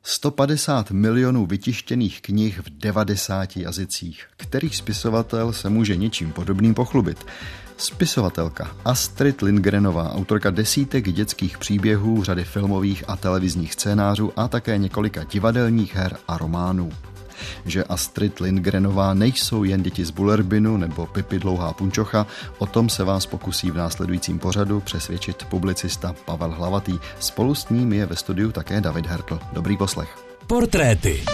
150 milionů vytištěných knih v 90 jazycích. Kterých spisovatel se může něčím podobným pochlubit? Spisovatelka Astrid Lindgrenová, autorka desítek dětských příběhů, řady filmových a televizních scénářů a také několika divadelních her a románů. Že Astrid Lindgrenová nejsou jen děti z Bullerbinu nebo Pipi dlouhá punčocha, o tom se vás pokusí v následujícím pořadu přesvědčit publicista Pavel Hlavatý. Spolu s ním je ve studiu také David Hertl. Dobrý poslech. Portréty.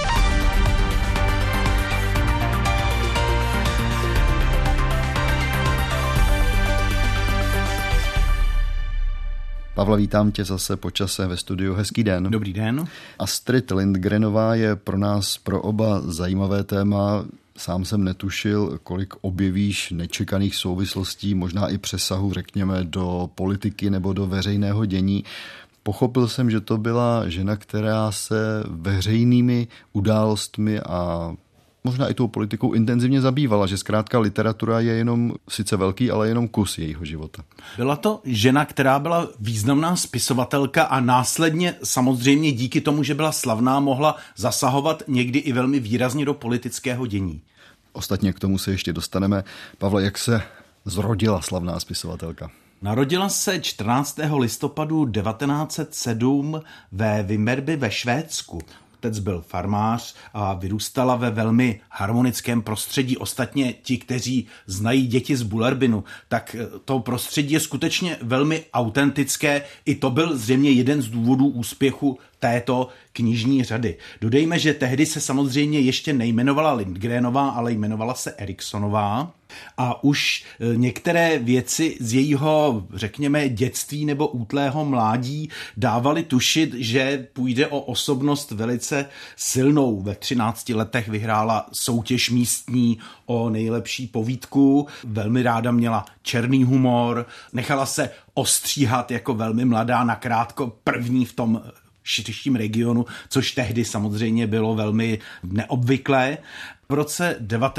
Pavle, vítám tě zase po čase ve studiu. Hezký den. Dobrý den. Astrid Lindgrenová je pro nás, pro oba zajímavé téma. Sám jsem netušil, kolik objevíš nečekaných souvislostí, možná i přesahu, řekněme, do politiky nebo do veřejného dění. Pochopil jsem, že to byla žena, která se veřejnými událostmi a možná i tou politikou intenzivně zabývala, že zkrátka literatura je jenom sice velký, ale jenom kus jejího života. Byla to žena, která byla významná spisovatelka a následně samozřejmě díky tomu, že byla slavná, mohla zasahovat někdy i velmi výrazně do politického dění. Ostatně k tomu se ještě dostaneme. Pavle, jak se zrodila slavná spisovatelka? Narodila se 14. listopadu 1907 ve Vimmerby ve Švédsku. Otec byl farmář a vyrůstala ve velmi harmonickém prostředí. Ostatně ti, kteří znají děti z Bullerbinu, tak to prostředí je skutečně velmi autentické. I to byl zřejmě jeden z důvodů úspěchu této knižní řady. Dodejme, že tehdy se samozřejmě ještě nejmenovala Lindgrenová, ale jmenovala se Eriksonová. A už některé věci z jejího, řekněme, dětství nebo útlého mládí dávaly tušit, že půjde o osobnost velice silnou. Ve 13 letech vyhrála soutěž místní o nejlepší povídku, velmi ráda měla černý humor, nechala se ostříhat jako velmi mladá, nakrátko první v tom širším regionu, což tehdy samozřejmě bylo velmi neobvyklé. V roce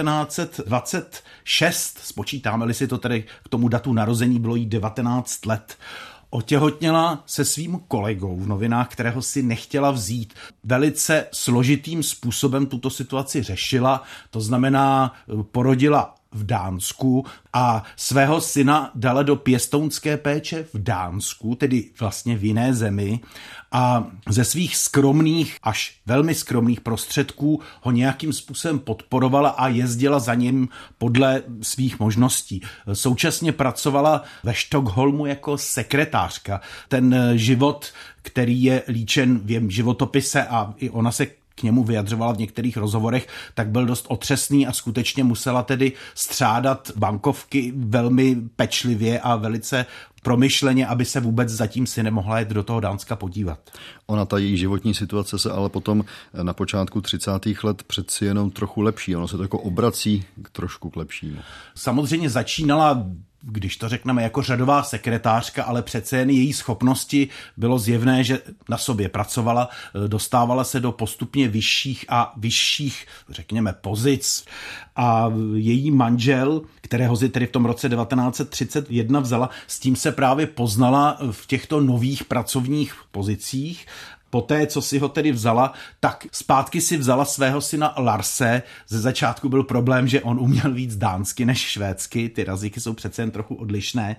1926, spočítáme-li si to tedy k tomu datu narození, bylo jí 19 let, otěhotněla se svým kolegou v novinách, kterého si nechtěla vzít. Velice složitým způsobem tuto situaci řešila, to znamená porodila v Dánsku a svého syna dala do pěstounské péče v Dánsku, tedy vlastně v jiné zemi, a ze svých skromných až velmi skromných prostředků ho nějakým způsobem podporovala a jezdila za ním podle svých možností. Současně pracovala ve Stockholmu jako sekretářka. Ten život, který je líčen v jejím životopise a i ona se k němu vyjadřovala v některých rozhovorech, tak byl dost otřesný a skutečně musela tedy střádat bankovky velmi pečlivě a velice promyšleně, aby se vůbec zatím si nemohla jet do toho Dánska podívat. Ona, ta její životní situace se ale potom na počátku 30. let přeci jenom trochu lepší. Ono se to jako obrací trošku k lepšímu. Samozřejmě začínala, když to řekneme, jako řadová sekretářka, ale přece jen její schopnosti bylo zjevné, že na sobě pracovala, dostávala se do postupně vyšších a vyšších, řekněme, pozic. A její manžel, kterého si tedy v tom roce 1931 vzala, s tím se právě poznala v těchto nových pracovních pozicích. Poté, co si ho tedy vzala, tak zpátky si vzala svého syna Larse. Ze začátku byl problém, že on uměl víc dánsky než švédsky, ty jazyky jsou přece jen trochu odlišné.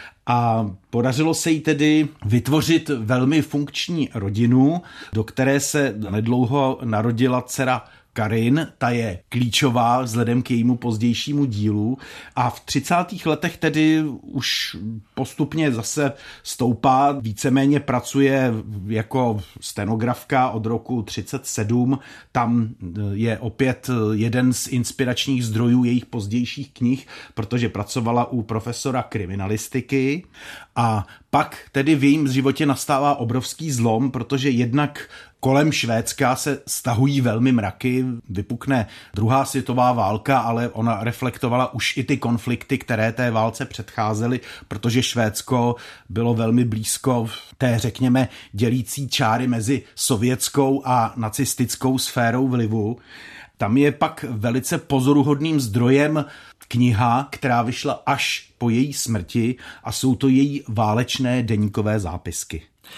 A podařilo se jí tedy vytvořit velmi funkční rodinu, do které se nedlouho narodila dcera Karin, ta je klíčová vzhledem k jejímu pozdějšímu dílu a v 30. letech tedy už postupně zase stoupá, víceméně pracuje jako stenografka od roku 1937, tam je opět jeden z inspiračních zdrojů jejich pozdějších knih, protože pracovala u profesora kriminalistiky a pak tedy v jejím životě nastává obrovský zlom, protože jednak kolem Švédska se stahují velmi mraky, vypukne druhá světová válka, ale ona reflektovala už i ty konflikty, které té válce předcházely, protože Švédsko bylo velmi blízko té, řekněme, dělící čáry mezi sovětskou a nacistickou sférou vlivu. Tam je pak velice pozoruhodným zdrojem kniha, která vyšla až po její smrti a jsou to její válečné deníkové zápisky.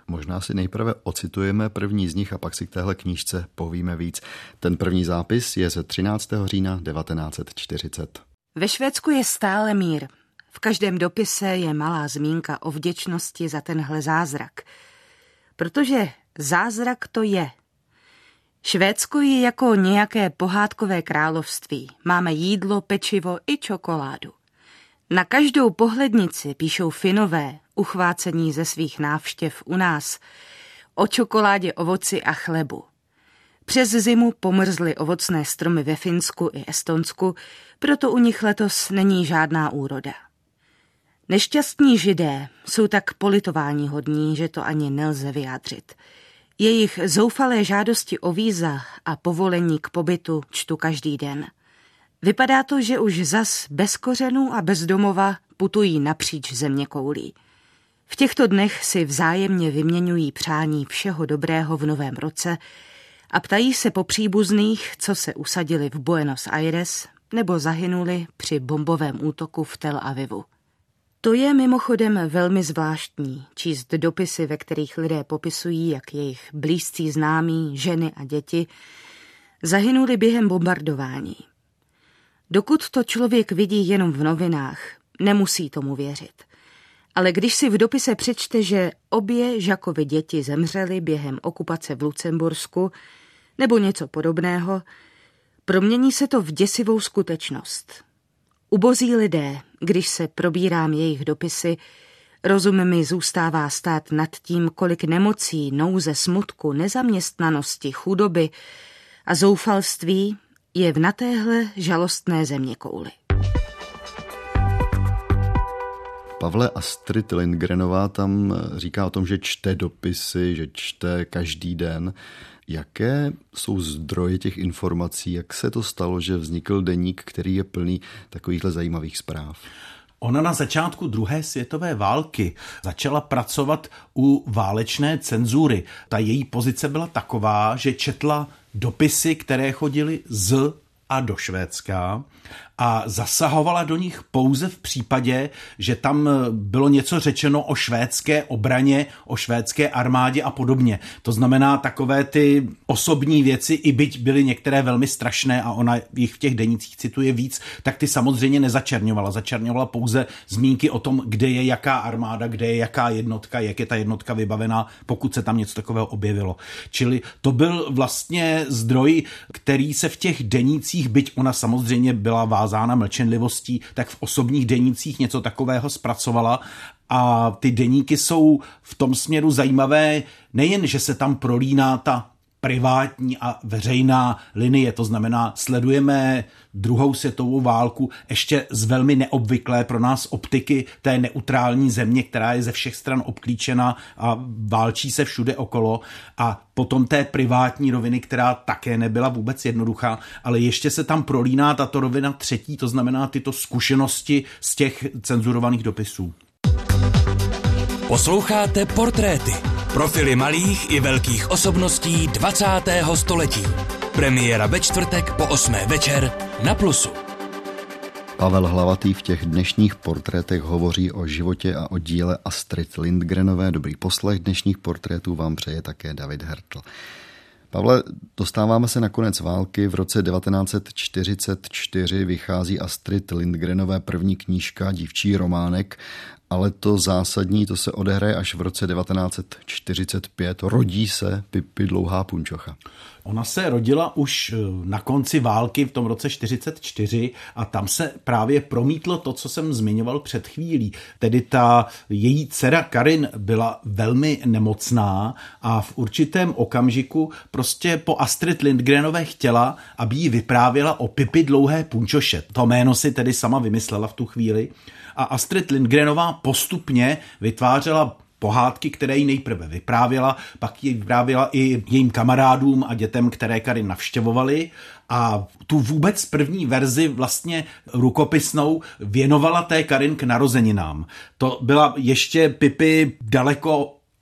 Možná si nejprve ocitujeme první z nich a pak si k téhle knížce povíme víc. Ten první zápis je ze 13. října 1940. Ve Švédsku je stále mír. V každém dopise je malá zmínka o vděčnosti za tenhle zázrak. Protože zázrak to je. Švédsko je jako nějaké pohádkové království. Máme jídlo, pečivo i čokoládu. Na každou pohlednici píšou Finové, uchvácení ze svých návštěv u nás, o čokoládě, ovoci a chlebu. Přes zimu pomrzly ovocné stromy ve Finsku i Estonsku, proto u nich letos není žádná úroda. Nešťastní Židé jsou tak politováníhodní, že to ani nelze vyjádřit. Jejich zoufalé žádosti o víza a povolení k pobytu čtu každý den. Vypadá to, že už zas bez kořenů a bez domova putují napříč zeměkoulí. V těchto dnech si vzájemně vyměňují přání všeho dobrého v novém roce a ptají se po příbuzných, co se usadili v Buenos Aires nebo zahynuli při bombovém útoku v Tel Avivu. To je mimochodem velmi zvláštní, číst dopisy, ve kterých lidé popisují, jak jejich blízcí známí, ženy a děti zahynuli během bombardování. Dokud to člověk vidí jenom v novinách, nemusí tomu věřit. Ale když si v dopise přečte, že obě Žakovy děti zemřely během okupace v Lucembursku nebo něco podobného, promění se to v děsivou skutečnost. Ubozí lidé, když se probírám jejich dopisy, rozum mi zůstává stát nad tím, kolik nemocí, nouze, smutku, nezaměstnanosti, chudoby a zoufalství je v na téhle žalostné zeměkouli. Pavle, Astrid Lindgrenová tam říká o tom, že čte dopisy, že čte každý den. Jaké jsou zdroje těch informací? Jak se to stalo, že vznikl deník, který je plný takovýchhle zajímavých zpráv? Ona na začátku druhé světové války začala pracovat u válečné cenzury. Ta její pozice byla taková, že četla dopisy, které chodily z a do Švédska a zasahovala do nich pouze v případě, že tam bylo něco řečeno o švédské obraně, o švédské armádě a podobně. To znamená takové ty osobní věci, i byť byly některé velmi strašné a ona jich v těch denících cituje víc, tak ty samozřejmě nezačerňovala. Začerňovala pouze zmínky o tom, kde je jaká armáda, kde je jaká jednotka, jak je ta jednotka vybavená, pokud se tam něco takového objevilo. Čili to byl vlastně zdroj, který se v těch denících, byť ona samozřejmě byla vázána mlčenlivostí, tak v osobních denících něco takového zpracovala a ty deníky jsou v tom směru zajímavé nejen, že se tam prolíná ta privátní a veřejná linie, to znamená sledujeme druhou světovou válku ještě z velmi neobvyklé pro nás optiky té neutrální země, která je ze všech stran obklíčena a válčí se všude okolo a potom té privátní roviny, která také nebyla vůbec jednoduchá, ale ještě se tam prolíná tato rovina třetí, to znamená tyto zkušenosti z těch cenzurovaných dopisů. Posloucháte Portréty. Profily malých i velkých osobností 20. století. Premiéra ve čtvrtek po 8. večer na Plusu. Pavel Hlavatý v těch dnešních portrétech hovoří o životě a o díle Astrid Lindgrenové. Dobrý poslech dnešních portrétů vám přeje také David Hertl. Pavle, dostáváme se na konec války. V roce 1944 vychází Astrid Lindgrenové první knížka Dívčí románek, ale to zásadní, to se odehraje až v roce 1945. Rodí se Pippi Dlouhá punčocha. Ona se rodila už na konci války v tom roce 1944 a tam se právě promítlo to, co jsem zmiňoval před chvílí. Tedy ta její dcera Karin byla velmi nemocná a v určitém okamžiku prostě po Astrid Lindgrenové chtěla, aby jí vyprávěla o Pippi Dlouhé punčoše. To jméno si tedy sama vymyslela v tu chvíli. A Astrid Lindgrenová postupně vytvářela pohádky, které jí nejprve vyprávěla, pak ji vyprávěla i jejím kamarádům a dětem, které Karin navštěvovali a tu vůbec první verzi vlastně rukopisnou věnovala té Karin k narozeninám. To byla ještě Pippi daleko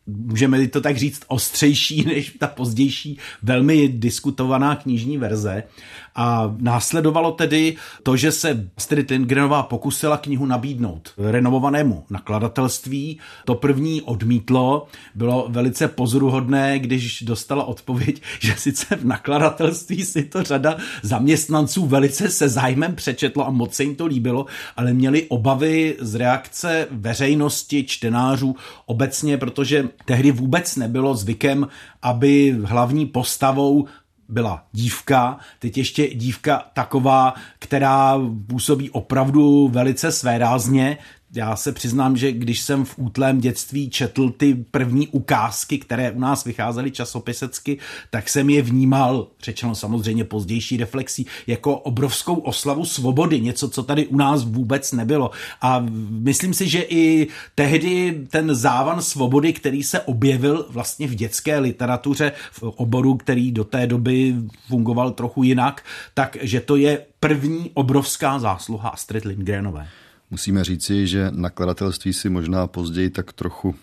můžeme to tak říct, ostřejší než ta pozdější velmi diskutovaná knižní verze. A následovalo tedy to, že se Astrid Lindgrenová pokusila knihu nabídnout renomovanému nakladatelství. To první odmítlo. Bylo velice pozoruhodné, když dostala odpověď, že sice v nakladatelství si to řada zaměstnanců velice se zájmem přečetlo a moc se jim to líbilo, ale měli obavy z reakce veřejnosti, čtenářů obecně, protože tehdy vůbec nebylo zvykem, aby hlavní postavou byla dívka, teď ještě dívka taková, která působí opravdu velice svérázně. Já se přiznám, že když jsem v útlém dětství četl ty první ukázky, které u nás vycházely časopisecky, tak jsem je vnímal, řečeno samozřejmě pozdější reflexí, jako obrovskou oslavu svobody, něco, co tady u nás vůbec nebylo. A myslím si, že i tehdy ten závan svobody, který se objevil vlastně v dětské literatuře, v oboru, který do té doby fungoval trochu jinak, takže to je první obrovská zásluha Astrid Lindgrenové. Musíme říci, že nakladatelství si možná později tak trochu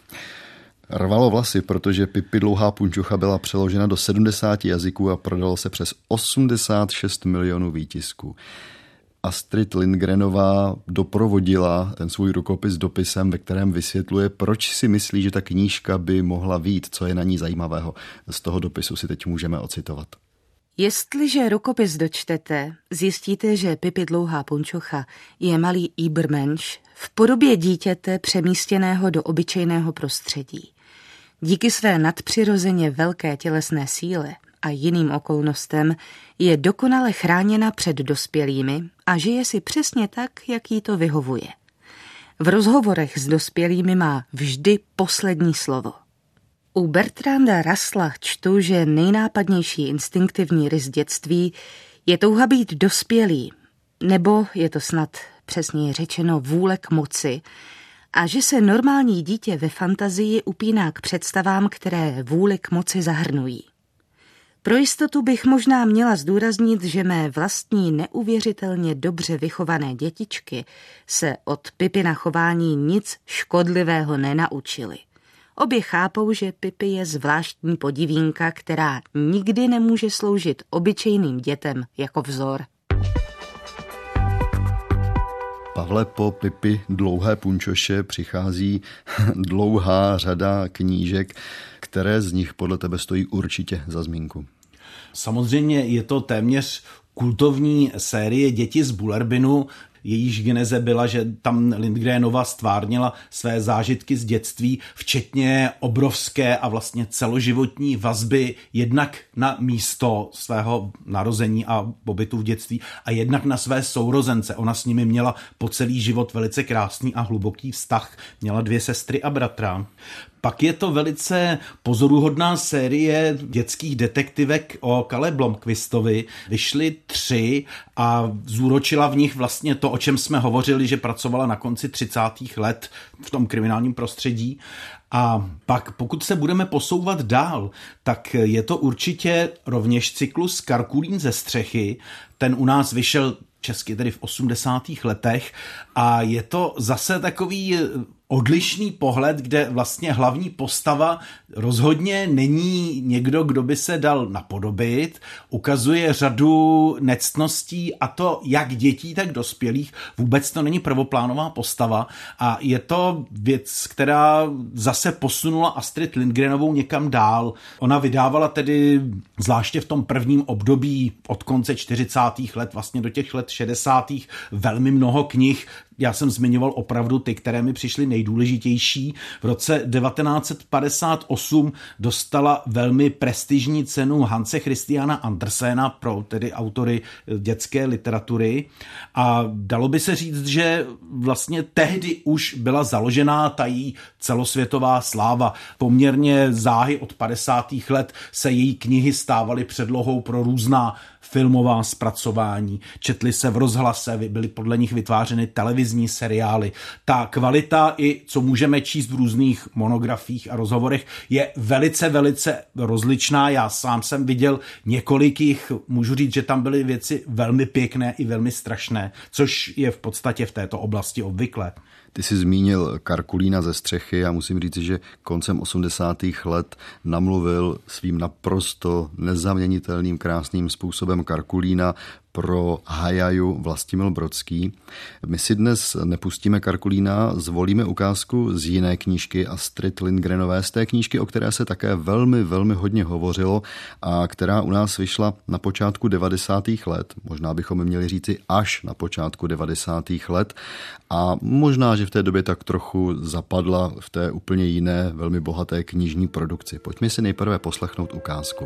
rvalo vlasy, protože Pippi dlouhá punčocha byla přeložena do 70 jazyků a prodalo se přes 86 milionů výtisků. Astrid Lindgrenová doprovodila ten svůj rukopis dopisem, ve kterém vysvětluje, proč si myslí, že ta knížka by mohla vyjít, co je na ní zajímavého. Z toho dopisu si teď můžeme ocitovat. Jestliže rukopis dočtete, zjistíte, že Pippi dlouhá punčocha je malý Übermensch v podobě dítěte přemístěného do obyčejného prostředí. Díky své nadpřirozeně velké tělesné síle a jiným okolnostem je dokonale chráněna před dospělými a žije si přesně tak, jak jí to vyhovuje. V rozhovorech s dospělými má vždy poslední slovo. U Bertranda Russella čtu, že nejnápadnější instinktivní rys dětství je touha být dospělý, nebo je to snad přesněji řečeno vůle k moci, a že se normální dítě ve fantazii upíná k představám, které vůli k moci zahrnují. Pro jistotu bych možná měla zdůraznit, že mé vlastní neuvěřitelně dobře vychované dětičky se od Pippina chování nic škodlivého nenaučily. Obě chápou, že Pippi je zvláštní podivínka, která nikdy nemůže sloužit obyčejným dětem jako vzor. Pavle, po Pippi dlouhé punčoše přichází dlouhá řada knížek, které z nich podle tebe stojí určitě za zmínku. Samozřejmě je to téměř kultovní série Děti z Bullerbinu. Jejíž geneze byla, že tam Lindgrenova stvárnila své zážitky z dětství, včetně obrovské a vlastně celoživotní vazby jednak na místo svého narození a pobytu v dětství a jednak na své sourozence. Ona s nimi měla po celý život velice krásný a hluboký vztah. Měla 2 sestry a bratra. Pak je to velice pozoruhodná série dětských detektivek o Kalle Blomqvistovi. Vyšly 3 a zúročila v nich vlastně to, o čem jsme hovořili, že pracovala na konci 30. let v tom kriminálním prostředí. A pak, pokud se budeme posouvat dál, tak je to určitě rovněž cyklus Karkulín ze střechy. Ten u nás vyšel česky tedy v 80. letech a je to zase takový odlišný pohled, kde vlastně hlavní postava rozhodně není někdo, kdo by se dal napodobit, ukazuje řadu nectností a to jak dětí, tak dospělých. Vůbec to není prvoplánová postava a je to věc, která zase posunula Astrid Lindgrenovou někam dál. Ona vydávala tedy zvláště v tom prvním období od konce 40. let vlastně do těch let 60. velmi mnoho knih. Já jsem zmiňoval opravdu ty, které mi přišly nejdůležitější. V roce 1958 dostala velmi prestižní cenu Hanse Christiana Andersena pro tedy autory dětské literatury a dalo by se říct, že vlastně tehdy už byla založená ta její celosvětová sláva. Poměrně záhy od 50. let se její knihy stávaly předlohou pro různá filmová zpracování, četly se v rozhlase, byly podle nich vytvářeny televizní seriály. Ta kvalita i co můžeme číst v různých monografiích a rozhovorech je velice, velice rozličná. Já sám jsem viděl několik jich, můžu říct, že tam byly věci velmi pěkné i velmi strašné, což je v podstatě v této oblasti obvyklé. Ty jsi zmínil Karkulína ze střechy a musím říct, že koncem 80. let namluvil svým naprosto nezaměnitelným krásným způsobem Karkulína pro Hajaju Vlastimil Brodský. My si dnes nepustíme Karkulína, zvolíme ukázku z jiné knížky Astrid Lindgrenové, z té knížky, o které se také velmi, velmi hodně hovořilo a která u nás vyšla na počátku 90. let. Možná bychom měli říci až na počátku 90. let a možná, že v té době tak trochu zapadla v té úplně jiné, velmi bohaté knižní produkci. Pojďme si nejprve poslechnout ukázku.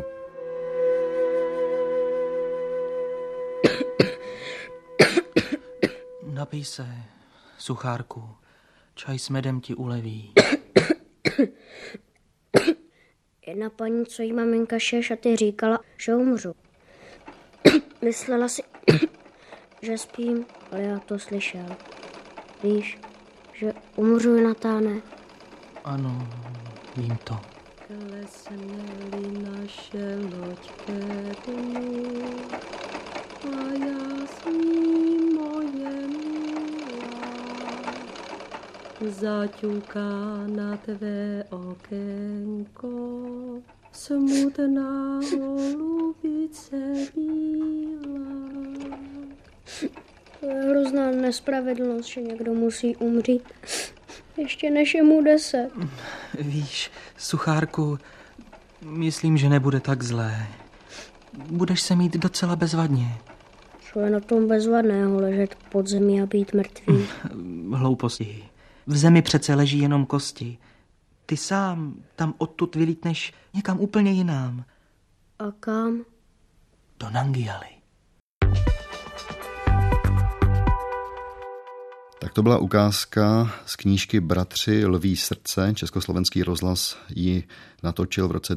Napij se, suchárku. Čaj s medem ti uleví. Jedna paní, co jí maminka šije šaty, říkala, že umřu. Myslela si, že spím, ale já to slyšel. Víš, že umřu, Jonatáne? Ano, vím to. Klesněli naše loď ke dnu a já s ní moje milá zaťuká na tvé okénko smutná holubice bílá. To je hrozná nespravedlnost, že někdo musí umřít, ještě než je mu 10. Víš, suchárku, myslím, že nebude tak zlé. Budeš se mít docela bezvadně. Co je na tom bezvadného ležet pod zemí a být mrtvý? Hlouposti. V zemi přece leží jenom kosti. Ty sám tam odtud vylítneš někam úplně jinam. A kam? Do Nangijali. Tak to byla ukázka z knížky Bratři lví srdce. Československý rozhlas ji natočil v roce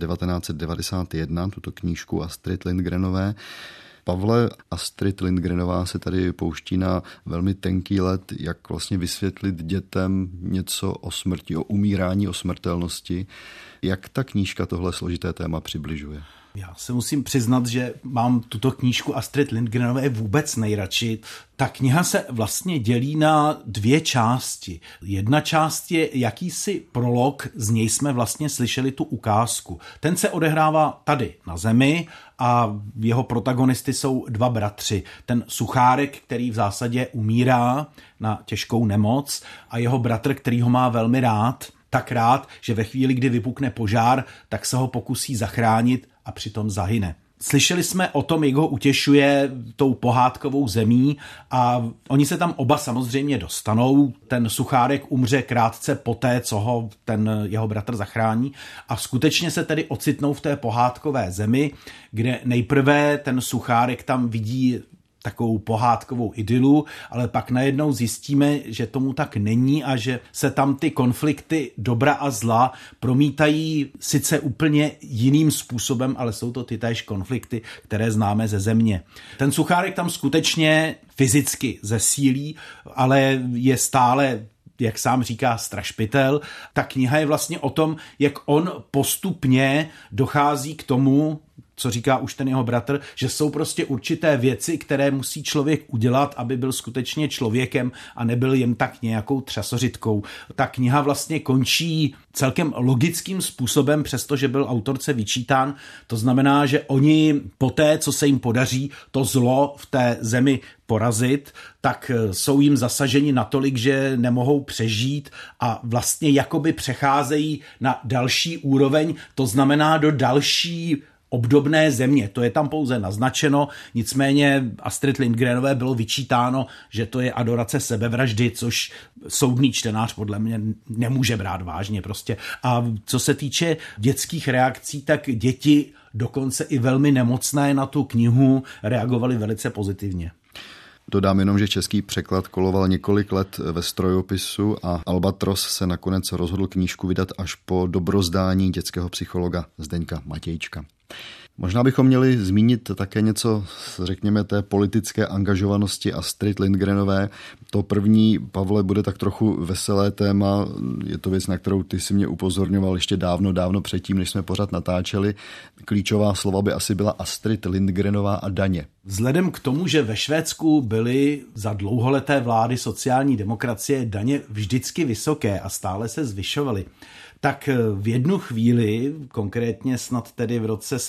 1991, tuto knížku Astrid Lindgrenové. Pavle, Astrid Lindgrenová se tady pouští na velmi tenký led, jak vlastně vysvětlit dětem něco o smrti, o umírání, o smrtelnosti. Jak ta knížka tohle složité téma přibližuje? Já se musím přiznat, že mám tuto knížku Astrid Lindgrenové vůbec nejradši. Ta kniha se vlastně dělí na 2 části. Jedna část je jakýsi prolog, z něj jsme vlastně slyšeli tu ukázku. Ten se odehrává tady na zemi a jeho protagonisty jsou 2 bratři. Ten suchárek, který v zásadě umírá na těžkou nemoc, a jeho bratr, který ho má velmi rád, tak rád, že ve chvíli, kdy vypukne požár, tak se ho pokusí zachránit a přitom zahyne. Slyšeli jsme o tom, jak ho utěšuje tou pohádkovou zemí a oni se tam oba samozřejmě dostanou. Ten suchárek umře krátce poté, co ho ten jeho bratr zachrání a skutečně se tedy ocitnou v té pohádkové zemi, kde nejprve ten suchárek tam vidí takovou pohádkovou idylu, ale pak najednou zjistíme, že tomu tak není a že se tam ty konflikty dobra a zla promítají sice úplně jiným způsobem, ale jsou to ty též konflikty, které známe ze země. Ten suchárek tam skutečně fyzicky zesílí, ale je stále, jak sám říká, strašpitel. Ta kniha je vlastně o tom, jak on postupně dochází k tomu, co říká už ten jeho bratr, že jsou prostě určité věci, které musí člověk udělat, aby byl skutečně člověkem a nebyl jen tak nějakou třasořitkou. Ta kniha vlastně končí celkem logickým způsobem, přestože byl autorce vyčítán. To znamená, že oni poté, co se jim podaří to zlo v té zemi porazit, tak jsou jim zasaženi natolik, že nemohou přežít a vlastně jakoby přecházejí na další úroveň, to znamená do další obdobné země. To je tam pouze naznačeno, nicméně Astrid Lindgrenové bylo vyčítáno, že to je adorace sebevraždy, což soudný čtenář podle mě nemůže brát vážně prostě. A co se týče dětských reakcí, tak děti dokonce i velmi nemocné na tu knihu reagovaly velice pozitivně. Dodám jenom, že český překlad koloval několik let ve strojopisu a Albatros se nakonec rozhodl knížku vydat až po dobrozdání dětského psychologa Zdeňka Matějčka. Možná bychom měli zmínit také něco, řekněme, té politické angažovanosti Astrid Lindgrenové. To první, Pavle, bude tak trochu veselé téma. Je to věc, na kterou ty si mě upozorňoval ještě dávno předtím, než jsme pořád natáčeli. Klíčová slova by asi byla Astrid Lindgrenová a daně. Vzhledem k tomu, že ve Švédsku byly za dlouholeté vlády sociální demokracie daně vždycky vysoké a stále se zvyšovaly, tak v jednu chvíli, konkrétně snad tedy v roce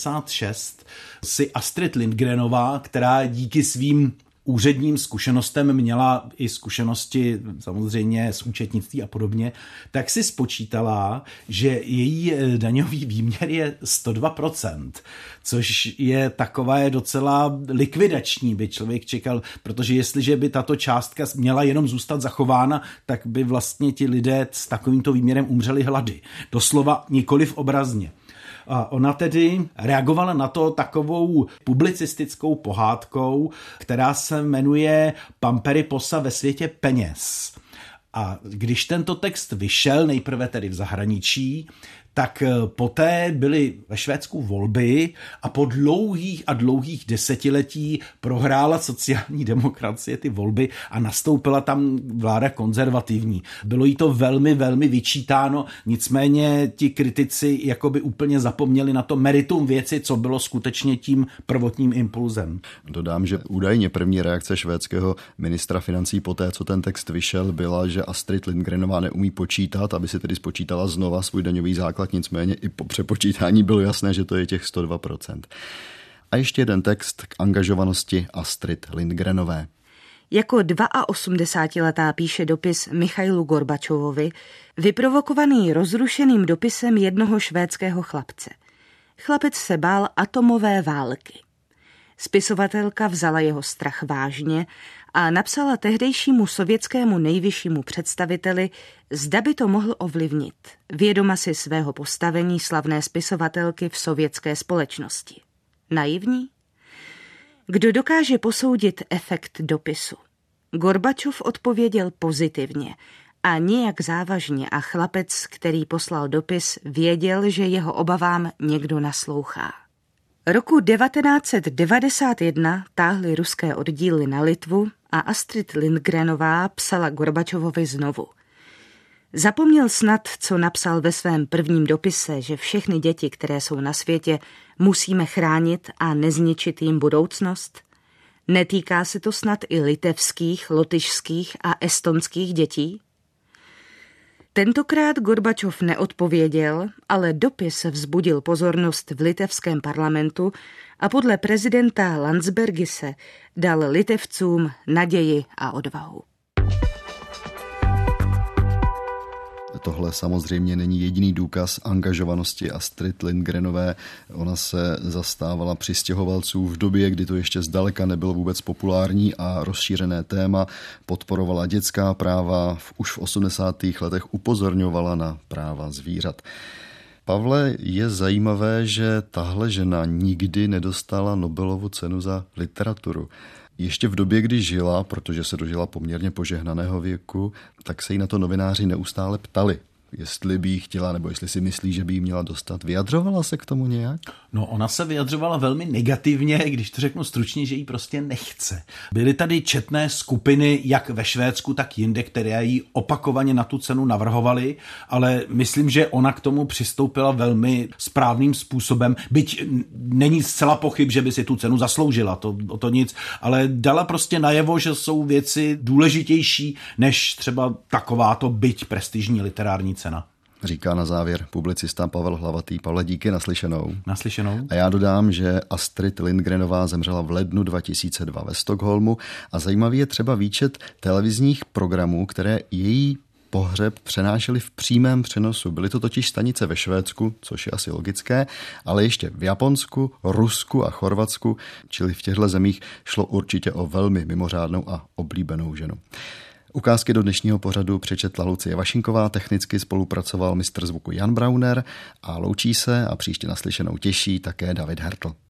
76, si Astrid Lindgrenová, která díky svým úředním zkušenostem měla i zkušenosti samozřejmě z účetnictví a podobně, tak si spočítala, že její daňový výměr je 102%, což je takové docela likvidační, by člověk čekal, protože jestliže by tato částka měla jenom zůstat zachována, tak by vlastně ti lidé s takovýmto výměrem umřeli hlady. Doslova nikoliv obrazně. A ona tedy reagovala na to takovou publicistickou pohádkou, která se jmenuje Pamperiposa ve světě peněz. A když tento text vyšel, nejprve tedy v zahraničí, tak poté byly ve Švédsku volby a po dlouhých desetiletí prohrála sociální demokracie ty volby a nastoupila tam vláda konzervativní. Bylo jí to velmi vyčítáno, nicméně ti kritici jakoby úplně zapomněli na to meritum věci, co bylo skutečně tím prvotním impulzem. Dodám, že údajně první reakce švédského ministra financí poté, co ten text vyšel, byla, že Astrid Lindgrenová neumí počítat, aby si tedy spočítala znova svůj daňový základ. Nicméně i po přepočítání bylo jasné, že to je těch 102%. A ještě jeden text k angažovanosti Astrid Lindgrenové. Jako 82letá píše dopis Michailu Gorbačovovi, vyprovokovaný rozrušeným dopisem jednoho švédského chlapce. Chlapec se bál atomové války. Spisovatelka vzala jeho strach vážně a napsala tehdejšímu sovětskému nejvyššímu představiteli, zda by to mohl ovlivnit, vědoma si svého postavení slavné spisovatelky v sovětské společnosti. Naivní? Kdo dokáže posoudit efekt dopisu? Gorbačov odpověděl pozitivně a nijak závažně a chlapec, který poslal dopis, věděl, že jeho obavám někdo naslouchá. Roku 1991 táhly ruské oddíly na Litvu a Astrid Lindgrenová psala Gorbačovovi znovu. Zapomněl snad, co napsal ve svém prvním dopise, že všechny děti, které jsou na světě, musíme chránit a nezničit jim budoucnost? Netýká se to snad i litevských, lotyšských a estonských dětí? Tentokrát Gorbačov neodpověděl, ale dopis vzbudil pozornost v litevském parlamentu a podle prezidenta Landsbergise dal Litevcům naději a odvahu. Tohle samozřejmě není jediný důkaz angažovanosti Astrid Lindgrenové. Ona se zastávala přistěhovalců v době, kdy to ještě zdaleka nebylo vůbec populární a rozšířené téma. Podporovala dětská práva, už v 80. letech upozorňovala na práva zvířat. Pavle, je zajímavé, že tahle žena nikdy nedostala Nobelovu cenu za literaturu. Ještě v době, kdy žila, protože se dožila poměrně požehnaného věku, tak se jí na to novináři neustále ptali, jestli by jí chtěla, nebo jestli si myslí, že by jí měla dostat. Vyjadřovala se k tomu nějak? No, ona se vyjadřovala velmi negativně, když to řeknu stručně, že jí prostě nechce. Byly tady četné skupiny, jak ve Švédsku, tak jinde, které jí opakovaně na tu cenu navrhovaly, ale myslím, že ona k tomu přistoupila velmi správným způsobem, byť není zcela pochyb, že by si tu cenu zasloužila, to nic, ale dala prostě najevo, že jsou věci důležitější, než třeba takováto byť prestižní literární cena. Říká na závěr publicista Pavel Hlavatý. Pavle, díky, naslyšenou. Naslyšenou. A já dodám, že Astrid Lindgrenová zemřela v lednu 2002 ve Stockholmu a zajímavý je třeba výčet televizních programů, které její pohřeb přenášeli v přímém přenosu. Byly to totiž stanice ve Švédsku, což je asi logické, ale ještě v Japonsku, Rusku a Chorvatsku, čili v těchto zemích šlo určitě o velmi mimořádnou a oblíbenou ženu. Ukázky do dnešního pořadu přečetla Lucie Vašinková, technicky spolupracoval mistr zvuku Jan Brauner a loučí se a příště naslyšenou těší také David Hertl.